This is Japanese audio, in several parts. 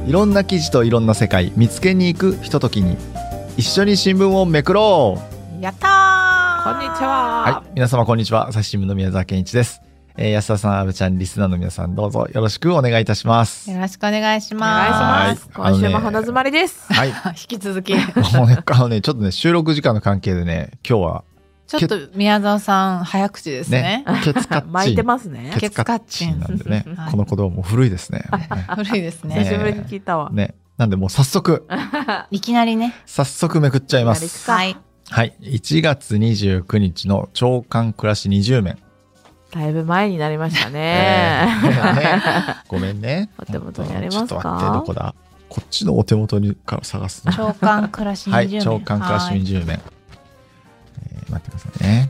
いろんな記事といろんな世界見つけに行くひとときに、一緒に新聞をめくろう。 やったー、 こんにちは。 はい、皆様こんにちは。朝日新聞の宮沢健一です。安田さん、阿部ちゃん、リスナーの皆さん、どうぞよろしくお願いいたします。 よろしくお願いしお願いします。 ます。今週も鼻詰まりです。 はい。 引き続き。 もうね、ちょっとね、収録時間の関係でね、今日はちょっと宮沢さん早口ですね。 ケツカッチン。 巻いてますね。 ケツカッチンなんでね、 はい、 この言葉も古いですね。 古いですね。 久しぶりに聞いたわ。 ね。なんでもう早速。 いきなりね。 早速めくっちゃいます。 はい。 はい。1月29日の朝刊暮らし20面。 だいぶ前になりましたね。 ごめんね。 お手元にありますか？ ちょっと待って、どこだ？こっちのお手元にから探すの。 朝刊暮らし20面。 はい、朝刊暮らし20面。待ってくださいね。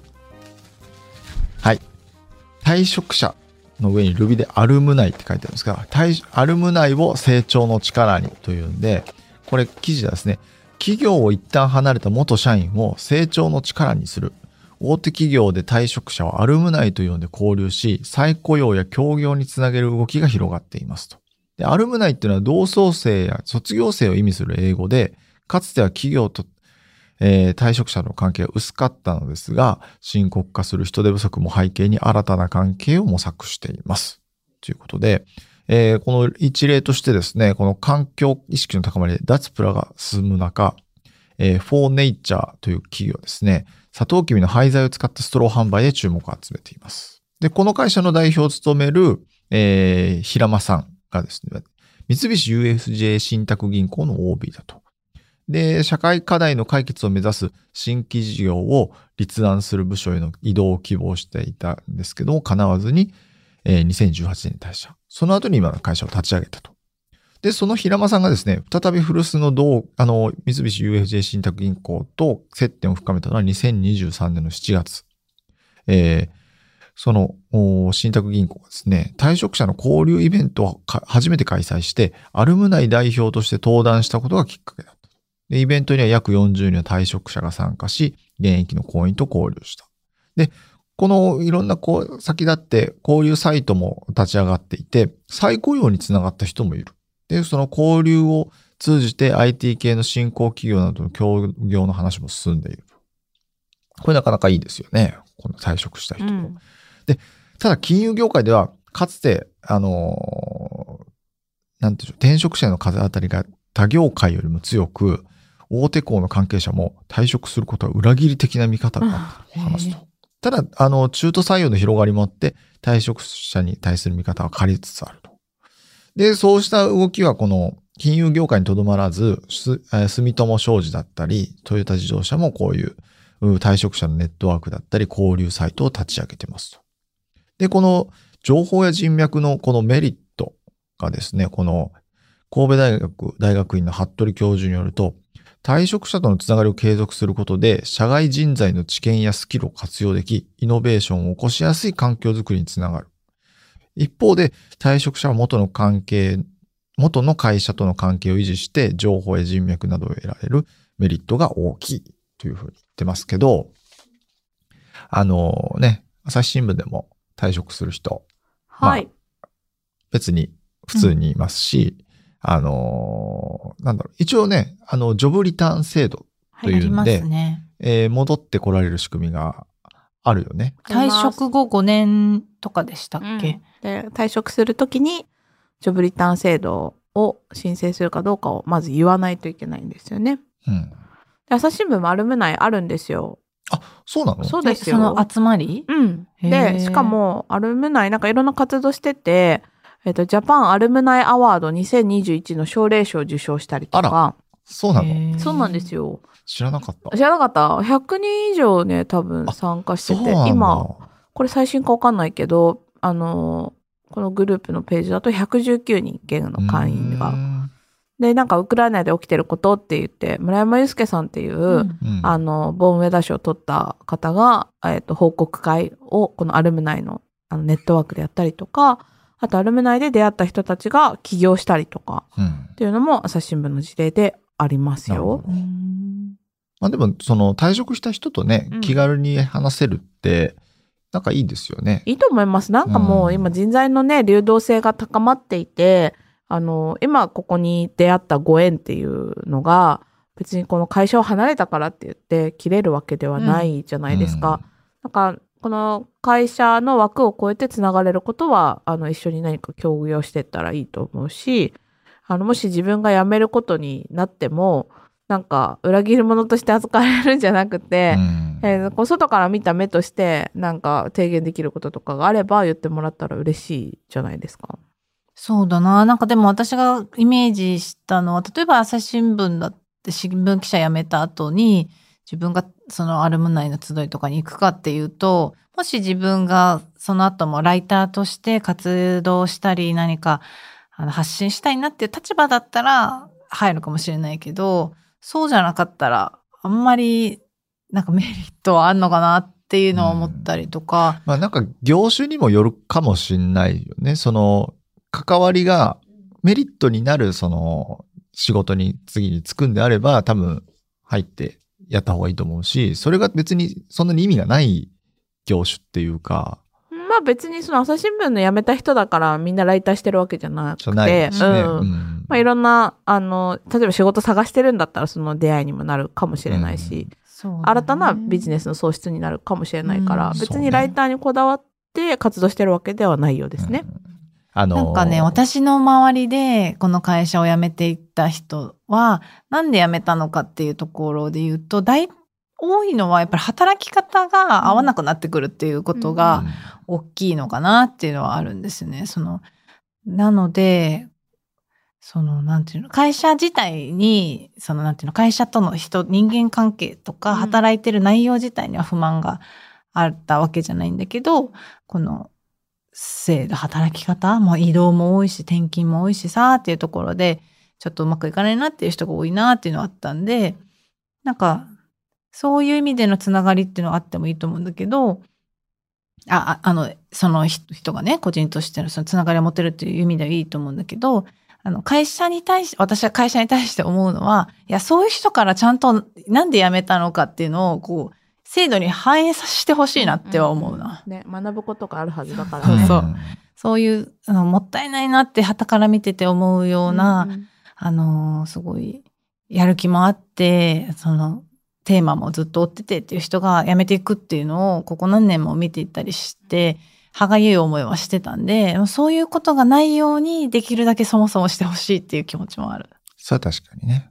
はい。退職者の上にルビでアルムナイって書いてあるんですが、アルムナイを成長の力にというんで、これ記事はですね、企業を一旦離れた元社員を成長の力にする。大手企業で退職者をアルムナイと呼んで交流し、再雇用や協業につなげる動きが広がっていますと。で、アルムナイっていうのは同窓生や卒業生を意味する英語で、かつては企業と、退職者の関係が薄かったのですが、深刻化する人手不足も背景に新たな関係を模索しています。ということで、この一例としてですね、この環境意識の高まりで脱プラが進む中、フォーネイチャーという企業ですね、サトウキビの廃材を使ったストロー販売で注目を集めています。で、この会社の代表を務める、平間さんがですね、三菱 UFJ 信託銀行の OB だと。で、社会課題の解決を目指す新規事業を立案する部署への移動を希望していたんですけども、叶わずに、2018年に退社。その後に今の会社を立ち上げたと。で、その平間さんがですね、再び古巣の三菱 UFJ 信託銀行と接点を深めたのは2023年の7月。その信託銀行がですね、退職者の交流イベントを初めて開催して、アルムナイ代表として登壇したことがきっかけだった。で、イベントには約40人の退職者が参加し、現役の行員と交流した。で、このいろんな先立って交流サイトも立ち上がっていて、再雇用につながった人もいる。で、その交流を通じて IT 系の新興企業などの協業の話も進んでいる。これなかなかいいですよね。この退職した人も。で、ただ金融業界では、かつて、なんていうんでしょう、転職者の数当たりが他業界よりも強く、大手行の関係者も退職することは裏切り的な見方があったと話すと。ただ、中途採用の広がりもあって、退職者に対する見方は変わりつつあると。で、そうした動きはこの金融業界にとどまらず、住友商事だったり、トヨタ自動車もこういう退職者のネットワークだったり、交流サイトを立ち上げてますと。で、この情報や人脈のこのメリットがですね、この神戸大学大学院の服部教授によると、退職者とのつながりを継続することで、社外人材の知見やスキルを活用でき、イノベーションを起こしやすい環境づくりにつながる。一方で、退職者は元の会社との関係を維持して、情報や人脈などを得られるメリットが大きいというふうに言ってますけど、朝日新聞でも退職する人、 はい。 別に普通にいますし、一応ね、ジョブリターン制度というんで、戻ってこられる仕組みがあるよね。 退職後5年とかでしたっけ？ で、退職するときに、ジョブリターン制度を申請するかどうかをまず言わないといけないんですよね。 うん。 で、朝日新聞もアルムナイあるんですよ。 あ、そうなの？ そうですよ。 その集まり？ うん。で、しかも、アルムナイなんかいろんな活動してて、ジャパンアルムナイアワード2021の奨励賞を受賞したりとか。 あら、そうなの？ そうなんですよ。 知らなかった。 知らなかった。100人以上ね、多分参加してて、今、これ最新かわかんないけど、このグループのページだと119人現の会員が。で、なんかウクライナで起きてることって言って、村山祐介さんっていう、ボーンウェダ賞を取った方が、報告会をこのアルムナイのネットワークでやったりとか、あとアルムナイで出会った人たちが起業したりとか、っていうのも朝日新聞の事例でありますよ。 まあでも、その退職した人とね、気軽に話せるって、なんかいいですよね。 いいと思います。なんかもう今人材のね、流動性が高まっていて、 今ここに出会ったご縁っていうのが、別にこの会社を離れたからって言って切れるわけではないじゃないですか。なんか、この会社の枠を超えてつながれることは、一緒に何か協業していったらいいと思うし、もし自分が辞めることになっても、なんか裏切り者として扱われるんじゃなくて、こう外から見た目としてなんか提言できることとかがあれば言ってもらったら嬉しいじゃないですか。 そうだな。なんかでも私がイメージしたのは、例えば朝日新聞だって新聞記者辞めた後に、自分がそのアルムナイの集いとかに行くかっていうと、もし自分がその後もライターとして活動したり何か発信したいなっていう立場だったら入るかもしれないけど、そうじゃなかったらあんまりなんかメリットはあんのかなっていうのを思ったりとか。 まあなんか業種にもよるかもしれないよね。その関わりがメリットになるその仕事に次に就くんであれば多分入ってやった方がいいと思うし、それが別にそんなに意味がない業種っていうか。 まあ別にその朝日新聞の辞めた人だからみんなライターしてるわけじゃなくて、 ないですね。 まあいろんな、例えば仕事探してるんだったらその出会いにもなるかもしれないし、新たなビジネスの創出になるかもしれないから、別にライターにこだわって活動してるわけではないようですね。 なんかね、私の周りでこの会社を辞めていった人は、なんで辞めたのかっていうところで言うと、多いのはやっぱり働き方が合わなくなってくるっていうことが大きいのかなっていうのはあるんですね。なので、なんていうの、会社自体に、なんていうの、会社との人間関係とか、働いてる内容自体には不満があったわけじゃないんだけど、この、制度、働き方も移動も多いし、転勤も多いしさ、っていうところで、ちょっとうまくいかないなっていう人が多いなっていうのはあったんで、なんか、そういう意味でのつながりっていうのはあってもいいと思うんだけど、その人がね、個人としてのそのつながりを持てるっていう意味ではいいと思うんだけど、私は会社に対して思うのは、いや、そういう人からちゃんとなんで辞めたのかっていうのを、こう、制度に反映させてほしいなっては思うな。 ね、学ぶことがあるはずだからね。 そういう、もったいないなって傍から見てて思うような、すごい、やる気もあって、テーマもずっと追っててっていう人が辞めていくっていうのをここ何年も見ていったりして歯がゆい思いはしてたんで、そういうことがないようにできるだけそもそもしてほしいっていう気持ちもある。 そう確かにね。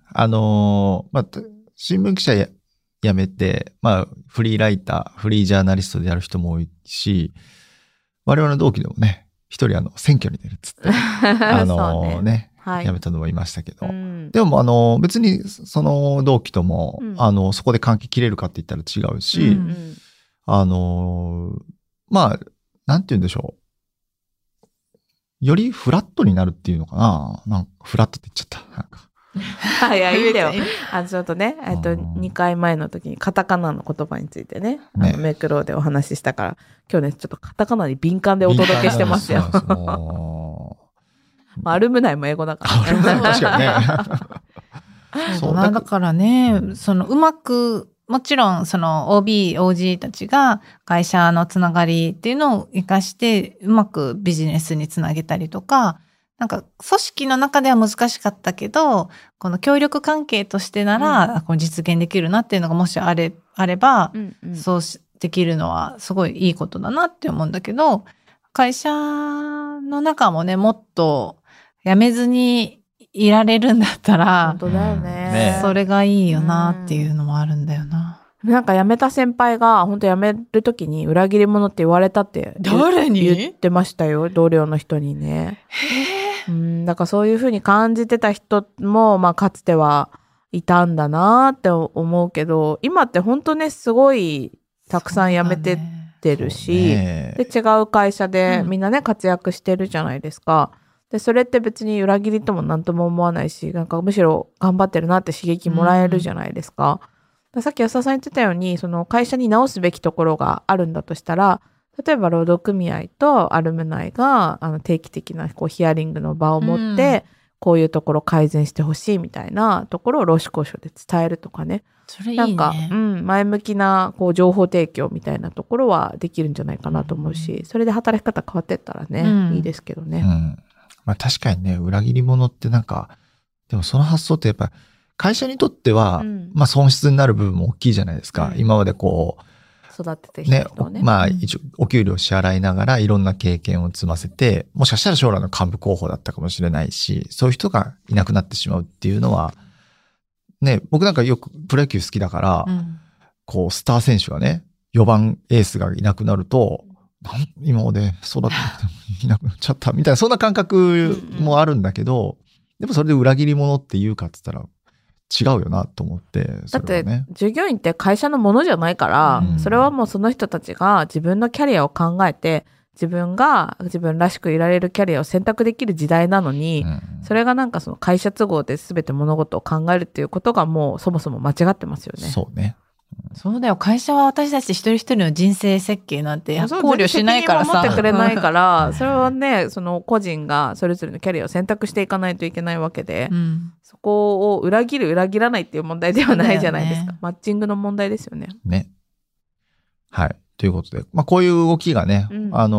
新聞記者辞めて、フリーライター、フリージャーナリストでやる人も多いし、我々の同期でもね、一人選挙に出るっつって、辞めたのもいましたけど。でも別にその同期とも、そこで関係切れるかって言ったら違うし、なんて言うんでしょう。よりフラットになるっていうのかな。なんかフラットって言っちゃった。なんかいや、いいんだよ。ちょっとね、2回前の時にカタカナの言葉についてね、メクローでお話ししたから、今日ね、ちょっとカタカナに敏感でお届けしてますよ。アルムナイも英語だから、 ね。アルムナイも確かにね。 そうだからね、うまく、もちろんOB、OG たちが会社のつながりっていうのを活かしてうまくビジネスにつなげたりとか、なんか組織の中では難しかったけど、この協力関係としてなら、この実現できるなっていうのがもしあれば、そうできるのはすごいいいことだなって思うんだけど、会社の中もね、もっと辞めずにいられるんだったら、 本当だよね。 それがいいよなっていうのもあるんだよな。 なんか辞めた先輩が本当辞めるときに裏切り者って言われたって誰に言ってましたよ、同僚の人にね。だからそういうふうに感じてた人もかつてはいたんだなって思うけど、今って本当ねすごいたくさん辞めてってるし、で違う会社でみんなね、活躍してるじゃないですか。でそれって別に裏切りとも何とも思わないし、なんかむしろ頑張ってるなって刺激もらえるじゃないですか。さっき安田さん言ってたように、その会社に直すべきところがあるんだとしたら、例えば労働組合とアルムナイが定期的なヒアリングの場を持って、こういうところ改善してほしいみたいなところを労使交渉で伝えるとかね。 それいいね。 なんか、前向きな情報提供みたいなところはできるんじゃないかなと思うし、それで働き方変わってったらね、いいですけどね。 まあ確かにね、裏切り者ってなんか、でもその発想ってやっぱ会社にとっては、まあ損失になる部分も大きいじゃないですか。今までこう、 育ててきた人をね。 まあ一応お給料支払いながらいろんな経験を積ませて、もしかしたら将来の幹部候補だったかもしれないし、そういう人がいなくなってしまうっていうのは、ね、僕なんかよくプロ野球好きだから、こうスター選手がね、4番エースがいなくなると、今まで育てなくてもいなくなっちゃったみたいな、そんな感覚もあるんだけど、でもそれで裏切り者って言うかって言ったら違うよなと思って、 だって従業員って会社のものじゃないから、それはもうその人たちが自分のキャリアを考えて、自分が自分らしくいられるキャリアを選択できる時代なのに、それがなんかその会社都合で全て物事を考えるっていうことがもうそもそも間違ってますよね。 そうね。 そうだよ。会社は私たち一人一人の人生設計なんて考慮しないからさ。 責任を持ってくれないから、それはね、その個人がそれぞれのキャリアを選択していかないといけないわけで、そこを裏切る、裏切らないっていう問題ではないじゃないですか。マッチングの問題ですよね。 ね。はい。ということで、まあこういう動きがね、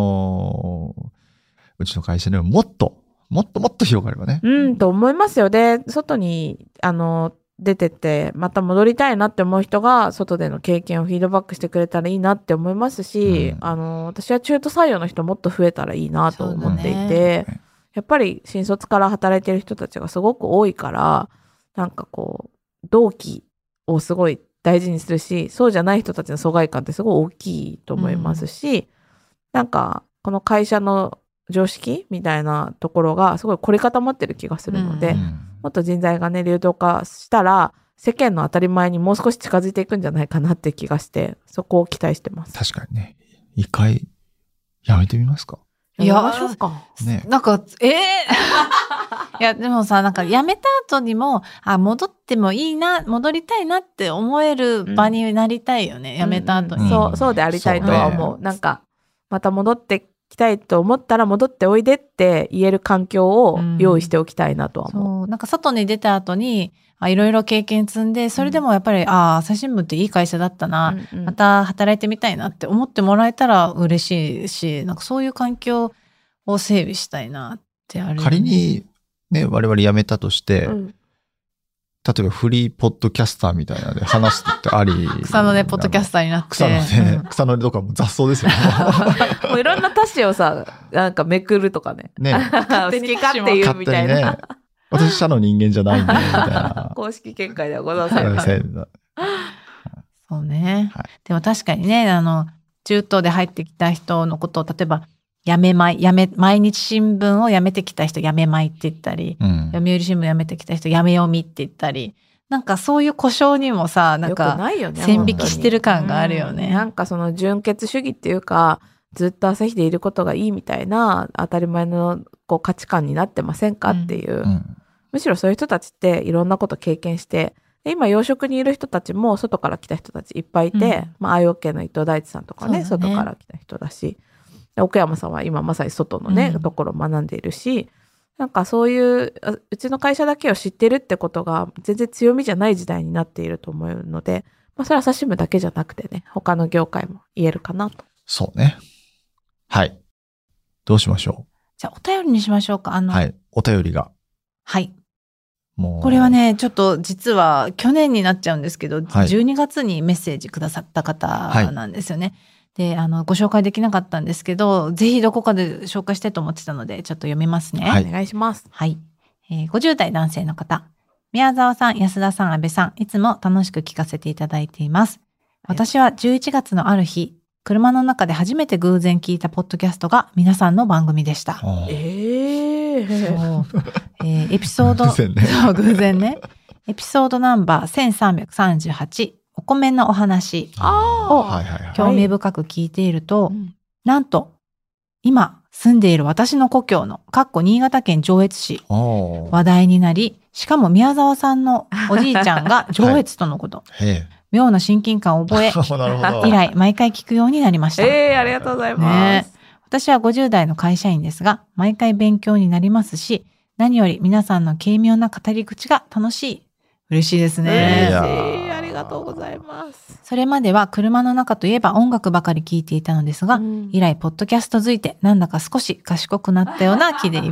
うちの会社でももっと広がればね。 と思いますよ。で、外に、出てってまた戻りたいなって思う人が外での経験をフィードバックしてくれたらいいなって思いますし、私は中途採用の人もっと増えたらいいなと思っていて、やっぱり新卒から働いてる人たちがすごく多いから、なんかこう同期をすごい大事にするし、そうじゃない人たちの疎外感ってすごい大きいと思いますし、なんかこの会社の常識みたいなところがすごい凝り固まってる気がするので、もっと人材がね、流動化したら、世間の当たり前にもう少し近づいていくんじゃないかなって気がして、そこを期待してます。 確かにね。一回、やめてみますか？ やめましょうか。 ね、なんか、いや、でもさ、なんか辞めた後にも、戻ってもいいな、戻りたいなって思える場になりたいよね。辞めた後に。 そうでありたいとは思う。なんか、また戻ってきたいと思ったら戻っておいでって言える環境を用意しておきたいなとは思う。 そう。なんか外に出た後に、いろいろ経験積んで、それでもやっぱり、朝日新聞っていい会社だったな、また働いてみたいなって思ってもらえたら嬉しいし、なんかそういう環境を整備したいなってある、ね。 仮にね、我々辞めたとして、例えばフリーポッドキャスターみたいなので話すってあり。 草の根ポッドキャスターになって。 草の根とかも雑草ですよね。 もういろんな歌詞をさ、なんかめくるとかね。 ね。 好きかっていうみたいな。 ね、私社の人間じゃないんだよ、みたいな。 公式見解ではございません。 そうね。はい、でも確かにね、中東で入ってきた人のことを、例えば、毎日新聞を辞めてきた人、辞めまいって言ったり、読売新聞辞めてきた人、辞め読みって言ったり、なんかそういう故障にもさ、なんか、線引きしてる感があるよね。 なんかその純血主義っていうか、ずっと朝日でいることがいいみたいな、当たり前のこう価値観になってませんかっていう。むしろそういう人たちっていろんなこと経験して、で今養殖にいる人たちも外から来た人たちいっぱいいて、IOK の伊藤大地さんとかね、外から来た人だし、奥山さんは今まさに外のね、ところを学んでいるし、なんかそういう、うちの会社だけを知ってるってことが全然強みじゃない時代になっていると思うので、それは朝日新聞だけじゃなくてね、他の業界も言えるかなと。 そうね。はい。どうしましょう。 じゃあお便りにしましょうか。 はい。お便りが。 はい。もうこれはね、ちょっと実は去年になっちゃうんですけど、12月にメッセージくださった方なんですよね。で、ご紹介できなかったんですけど、ぜひどこかで紹介したいと思ってたので、ちょっと読みますね。 お願いします。 はい。50代男性の方。宮沢さん、安田さん、安倍さん、いつも楽しく聞かせていただいています。私は11月のある日、車の中で初めて偶然聞いたポッドキャストが皆さんの番組でした。 エピソード、そう偶然ね。エピソードナンバー1338、お米のお話を興味深く聞いていると、なんと今住んでいる私の故郷の新潟県上越市話題になり、しかも宮沢さんのおじいちゃんが上越とのこと。妙な親近感を覚え、以来毎回聞くようになりました。 ありがとうございます。 私は50代の会社員ですが、毎回勉強になりますし、何より皆さんの軽妙な語り口が楽しい。嬉しいですね。 ありがとうございます。 それまでは車の中といえば音楽ばかり聞いていたのですが、以来ポッドキャストづいてなんだか少し賢くなったような気でいます。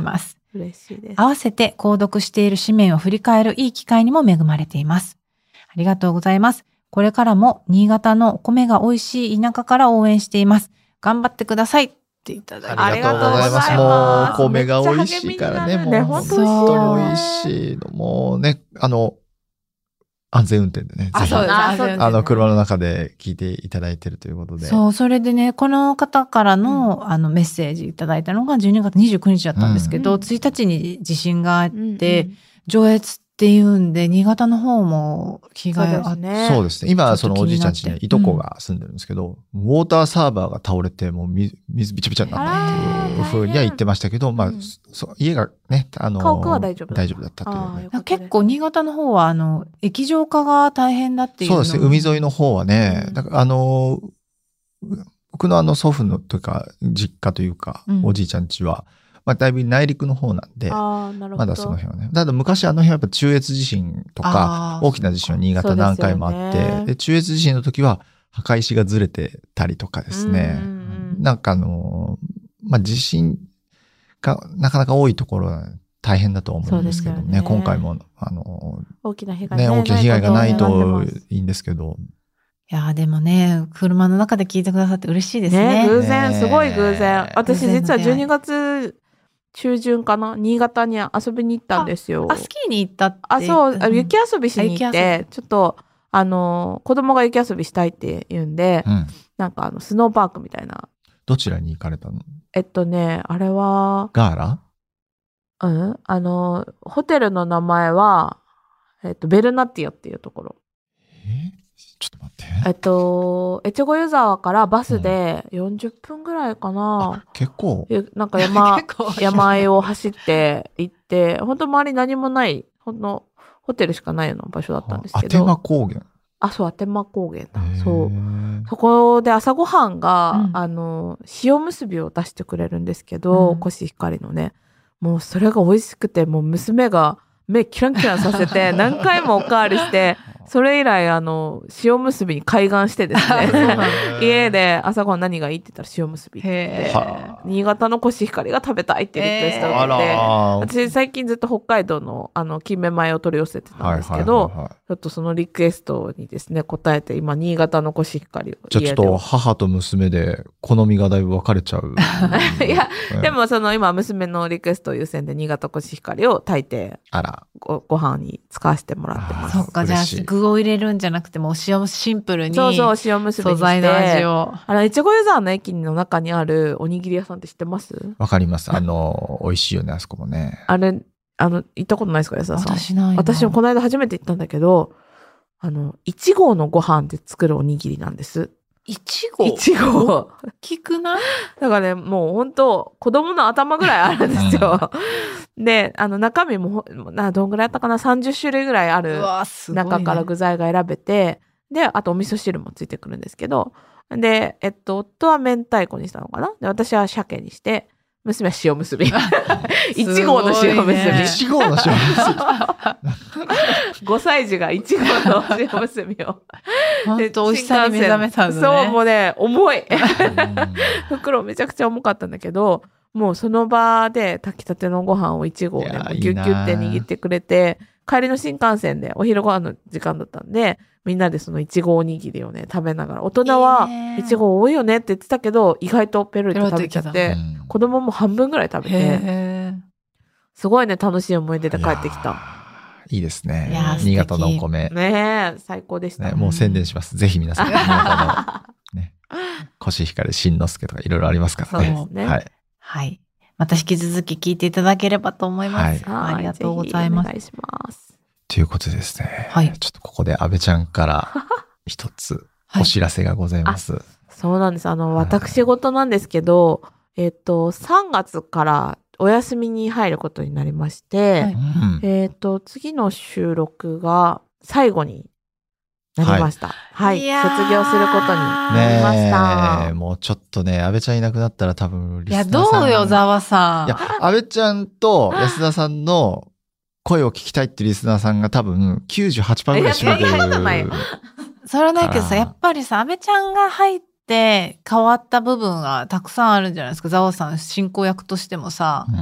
嬉しいです。 合わせて購読している紙面を振り返るいい機会にも恵まれています。ありがとうございます。これからも新潟のお米が美味しい田舎から応援しています。頑張ってくださいっていただいて。 ありがとうございます。もうお米が美味しいからね、もう本当に美味しいの。もうね、安全運転でね、ぜひ、車の中で聞いていただいているということで。 そう、それでね、この方からの、メッセージいただいたのが12月29日だったんですけど、1日に地震があって、上越っていうんで、新潟の方も被害あって。 そうですね。今、そのおじいちゃん家にいとこが住んでるんですけど、ウォーターサーバーが倒れて、もう水びちゃびちゃになったっていうふうには言ってましたけど、まあ、家がね、 家屋は大丈夫だったというね。 結構、新潟の方は、液状化が大変だっていう。 そうですね。海沿いの方はね、だから僕の祖父のというか、実家というか、おじいちゃん家は、まあ、だいぶ内陸の方なんで、まだその辺はね。ただ昔あの辺はやっぱ中越地震とか、大きな地震は新潟何回もあって、で、中越地震の時は墓石がずれてたりとかですね。なんかまあ、地震がなかなか多いところは大変だと思うんですけどね。今回も、 大きな被害がないといいんですけど。 いやでもね、車の中で聞いてくださって嬉しいですね。 偶然、すごい偶然。私実は12月、中旬かな、新潟に遊びに行ったんですよ。 スキーに行ったって。 そう、雪遊びしに行って、ちょっと、子供が雪遊びしたいって言うんで、なんかスノーパークみたいな。 どちらに行かれたの？ あれは、 ガーラ？ ホテルの名前は、ベルナティオっていうところ。 ちょっと待って。 越後湯沢からバスで40分ぐらいかな。 結構。 なんか山あいを走って行って、本当周り何もない、ホテルしかないような場所だったんですけど。 アテマ高原。 そう、アテマ高原だ。そう。そこで朝ごはんが、塩むすびを出してくれるんですけど、コシヒカリのね。もうそれが美味しくて、もう娘が目キランキランさせて、何回もおかわりして、それ以来、塩むすびに開眼してですね。家で朝ごはん何がいいって言ったら塩むすびって。新潟のコシヒカリが食べたいってリクエストを受けて、私最近ずっと北海道の金目米を取り寄せてたんですけど、ちょっとそのリクエストにですね、答えて、今、新潟のコシヒカリをじゃあちょっと母と娘で好みがだいぶ分かれちゃう。 いや、でも今、娘のリクエスト優先で新潟コシヒカリを炊いて、ご飯に使わせてもらってます。 そっか、じゃあ具を入れるんじゃなくてもお塩シンプルに。そう、 塩むすびにして。 素材の味を。 越後湯沢の駅の中にあるおにぎり屋さんって知ってます？ わかります。美味しいよね、あそこもね。 行ったことないですか、安田さん。 私ないな。 私もこの間初めて行ったんだけど、1合のご飯で作るおにぎりなんです。 1合 ?1 合。 大きくない？ だからね、もう本当子供の頭ぐらいあるんですよ。で、中身も、どんぐらいあったかな ?30 種類ぐらいある中から具材が選べて、で、あとお味噌汁もついてくるんですけど、で、夫は明太子にしたのかなで、私は鮭にして、娘は塩むすび。1合の塩むすび。 1合の塩むすび。5歳児が1合の塩むすびを。 本当美味しさに目覚めたのね。 そう、もうね、重い。袋めちゃくちゃ重かったんだけど、もうその場で炊きたてのご飯を1合ね、ギュッギュッって握ってくれて、帰りの新幹線でお昼ご飯の時間だったんで、みんなでその1合おにぎりをね、食べながら、大人は1合多いよねって言ってたけど、意外とペロリと食べちゃって、子供も半分ぐらい食べて、すごいね、楽しい思い出で帰ってきた。 いいですね。新潟のお米。 ねえ、最高でしたね。 もう宣伝します。ぜひ皆さん、新潟のね、コシヒカリ、しんのすけとかいろいろありますからね。 そうですね。 はい。 はい。また引き続き聞いていただければと思います。ありがとうございます。 お願いします。 ということでですね。 はい。 ちょっとここで安倍ちゃんから一つお知らせがございます。 そうなんです。私事なんですけど、3月からお休みに入ることになりまして、次の収録が最後になりました。はい。卒業することになりました。 ね、もうちょっとね、安倍ちゃんいなくなったら多分リスナーさん。いや、どうよ、ざわさん。 いや、安倍ちゃんと安田さんの声を聞きたいってリスナーさんが多分 98% ぐらい占めてる。 それはないけどさ、やっぱりさ、安倍ちゃんが入って変わった部分がたくさんあるんじゃないですか。ざわさん進行役としてもさ。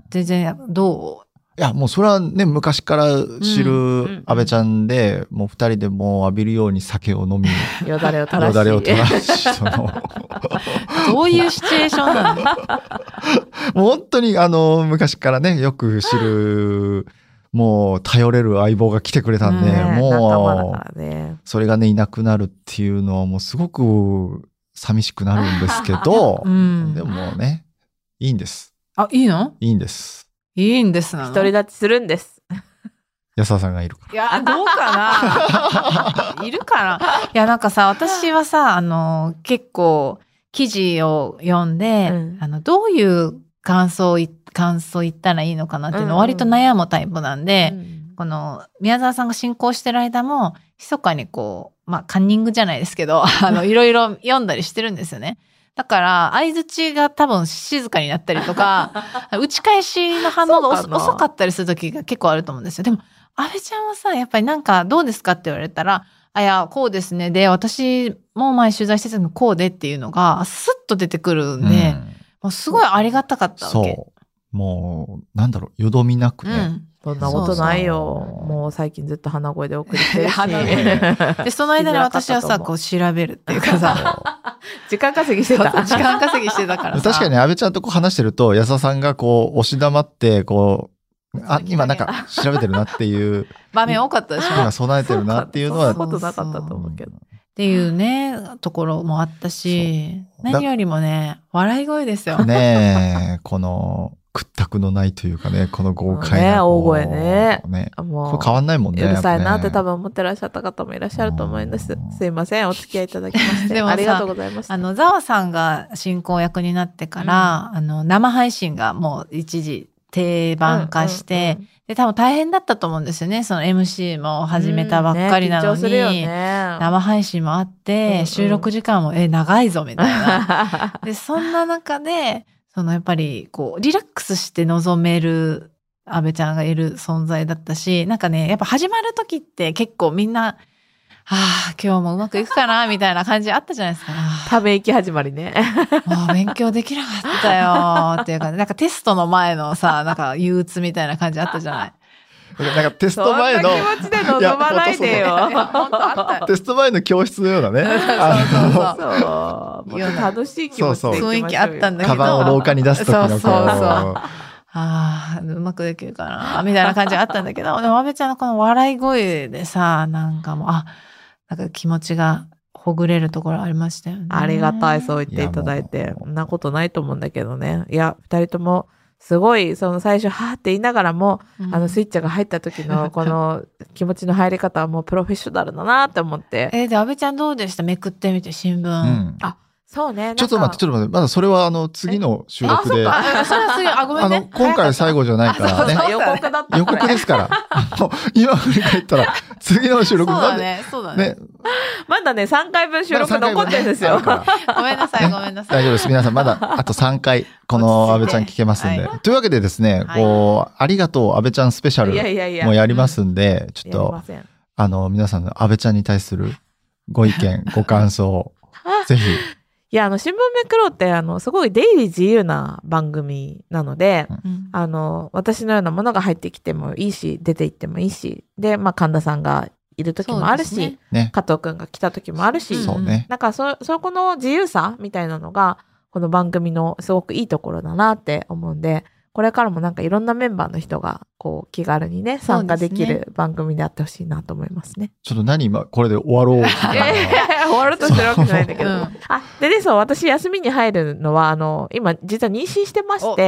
全然どいや、もうそれはね、昔から知る安倍ちゃんで、もう二人でもう浴びるように酒を飲み、 よだれを垂らし。 よだれを垂らし、 どういうシチュエーションなの？ もう本当に昔からね、よく知る、もう頼れる相棒が来てくれたんで、もう、それがね、いなくなるっていうのはもうすごく寂しくなるんですけど、でもね、いいんです。 あ、いいの？ いいんです。 いいんですなの？ 独り立ちするんです。 安田さんがいるから。 いや、どうかな？いるかな？いや、なんかさ、私はさ、結構、記事を読んで、どういう感想を言ったらいいのかなっていうのを割と悩むタイプなんで、この、宮沢さんが進行してる間も、密かにこう、カンニングじゃないですけど、いろいろ読んだりしてるんですよね。だから、相槌が多分静かになったりとか、打ち返しの反応が遅かったりする時が結構あると思うんですよ。でも、安倍ちゃんはさ、やっぱりなんかどうですかって言われたら、いや、こうですね。で、私も前取材してたのこうでっていうのが、スッと出てくるんで、もうすごいありがたかったわけ。 そう。もう、なんだろう、よどみなくね。 そんなことないよ。もう最近ずっと鼻声で送ってるし。 で、その間に私はさ、こう調べるっていうかさ、 時間稼ぎしてた。 時間稼ぎしてたからさ。 確かに安倍ちゃんとこう話してると、安田さんがこう、押し黙って、こう、今なんか調べてるなっていう。 場面多かったでしょ。 今備えてるなっていうのは。 そんなことなかったと思うけど。 っていうね、ところもあったし、何よりもね、笑い声ですよ。 ねえ、この、屈託のないというかね、この豪快な。 ね、大声ね。 もう、これ変わんないもんね。 うるさいなって多分思ってらっしゃった方もいらっしゃると思います。すいません、お付き合いいただきまして。でもありがとうございました。 ザワさんが進行役になってから、生配信がもう一時定番化して、で、多分大変だったと思うんですよね。その MC も始めたばっかりなのに、生配信もあって、収録時間も、長いぞ、みたいな。で、そんな中で、やっぱり、こう、リラックスして臨める安倍ちゃんがいる存在だったし、なんかね、やっぱ始まる時って結構みんな、今日もうまくいくかなみたいな感じあったじゃないですか。 ため息始まりね。 もう勉強できなかったよっていうか、なんかテストの前のさ、なんか憂鬱みたいな感じあったじゃない。 なんかテスト前の。 そんな気持ちで臨まないでよ。 テスト前の教室のようなね。 そう。楽しい気持ちで雰囲気あったんだけど。 カバンを廊下に出す時のそう。うまくできるかなみたいな感じがあったんだけど、でも安倍ちゃんのこの笑い声でさ、なんかもう、なんか気持ちがほぐれるところありましたよね。 ありがたい、そう言っていただいて。そんなことないと思うんだけどね。いや、二人とも、すごい、最初、はーって言いながらも、スイッチが入った時の、この気持ちの入り方はもうプロフェッショナルだなって思って。 で、安倍ちゃんどうでした？めくってみて、新聞。 そうね。 ちょっと待って。まだそれは次の収録で。 それはごめんね。 今回最後じゃないからね。 予告だった。 予告ですから。今振り返ったら、次の収録そうだね。 まだね、3回分収録残ってるんですよ。 ごめんなさい。大丈夫です。皆さん、まだあと3回、この安倍ちゃん聞けますんで。というわけでですね、ありがとう安倍ちゃんスペシャルもやりますんで、ちょっと、皆さんの安倍ちゃんに対するご意見、ご感想、ぜひ。 いや、新聞めくろうって、すごい出入り自由な番組なので、私のようなものが入ってきてもいいし、出て行ってもいいし、で、神田さんがいる時もあるし、加藤くんが来た時もあるし、なんかそこの自由さみたいなのが、この番組のすごくいいところだなって思うんで、これからもなんかいろんなメンバーの人がこう気軽にね参加できる番組であってほしいなと思いますね。 ちょっと今これで終わろう。 終わろうとしてるわけじゃないんだけど。でね、私休みに入るのは今実は妊娠してまして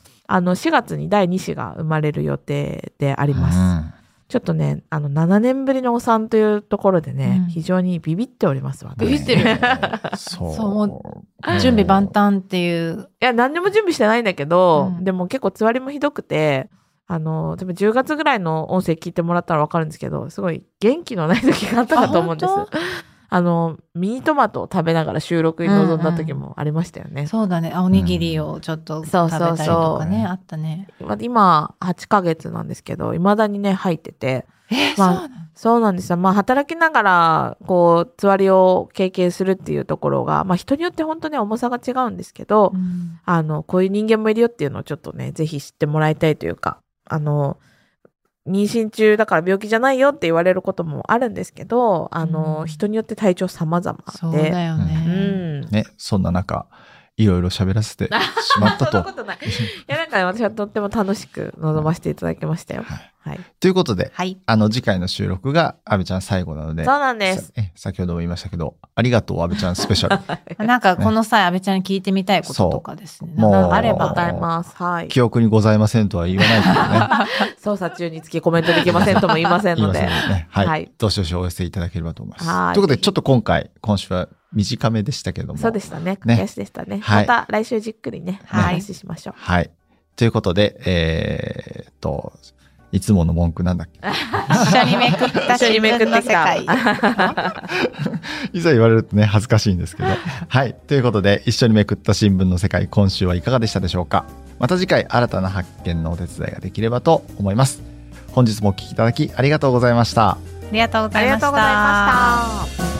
、4月に第2子が生まれる予定であります。ちょっとね、7年ぶりのお産というところでね、非常にビビっておりますわね。 ビビってる。そう、もう、準備万端っていう。 いや、何にも準備してないんだけど、でも結構つわりもひどくて、でも10月ぐらいの音声聞いてもらったらわかるんですけど、すごい元気のない時があったかと思うんです。ミニトマトを食べながら収録に臨んだ時もありましたよね。 そうだね。おにぎりをちょっと食べたりとかね、あったね。 今、8ヶ月なんですけど、未だにね、入ってて。 そうなんですよ。まあ働きながらこうつわりを経験するっていうところが、まあ人によって本当に重さが違うんですけど、こういう人間もいるよっていうのをちょっとね、ぜひ知ってもらいたいというか、妊娠中だから病気じゃないよって言われることもあるんですけど、人によって体調様々で。 そうだよね。 ね、そんな中、いろいろ喋らせてしまったと。 そんなことない。いや、なんか、ね、私はとっても楽しく臨ませていただきましたよ。はい。 ということで、 はい、 次回の収録が阿部ちゃん最後なので。 そうなんです。 先ほども言いましたけど、ありがとう阿部ちゃんスペシャル。 なんかこの際、阿部ちゃんに聞いてみたいこととかですね。 もうあれば。 ございます。はい。 記憶にございませんとは言わないけどね。 捜査中につきコメントできませんとも言いませんので。 ね、はい。どしどしお寄せいただければと思います。 はい。 ということで、ちょっと今週は短めでしたけども。 そうでしたね。駆け足でしたね。また来週じっくりね、話しましょう。 はい。ということで、いつもの文句なんだっけ一緒にめくった新聞の世界。 いざ言われるとね、恥ずかしいんですけど。はい。ということで、一緒にめくった新聞の世界、今週はいかがでしたでしょうか。また次回、新たな発見のお手伝いができればと思います。本日もお聞きいただきありがとうございました。 ありがとうございました。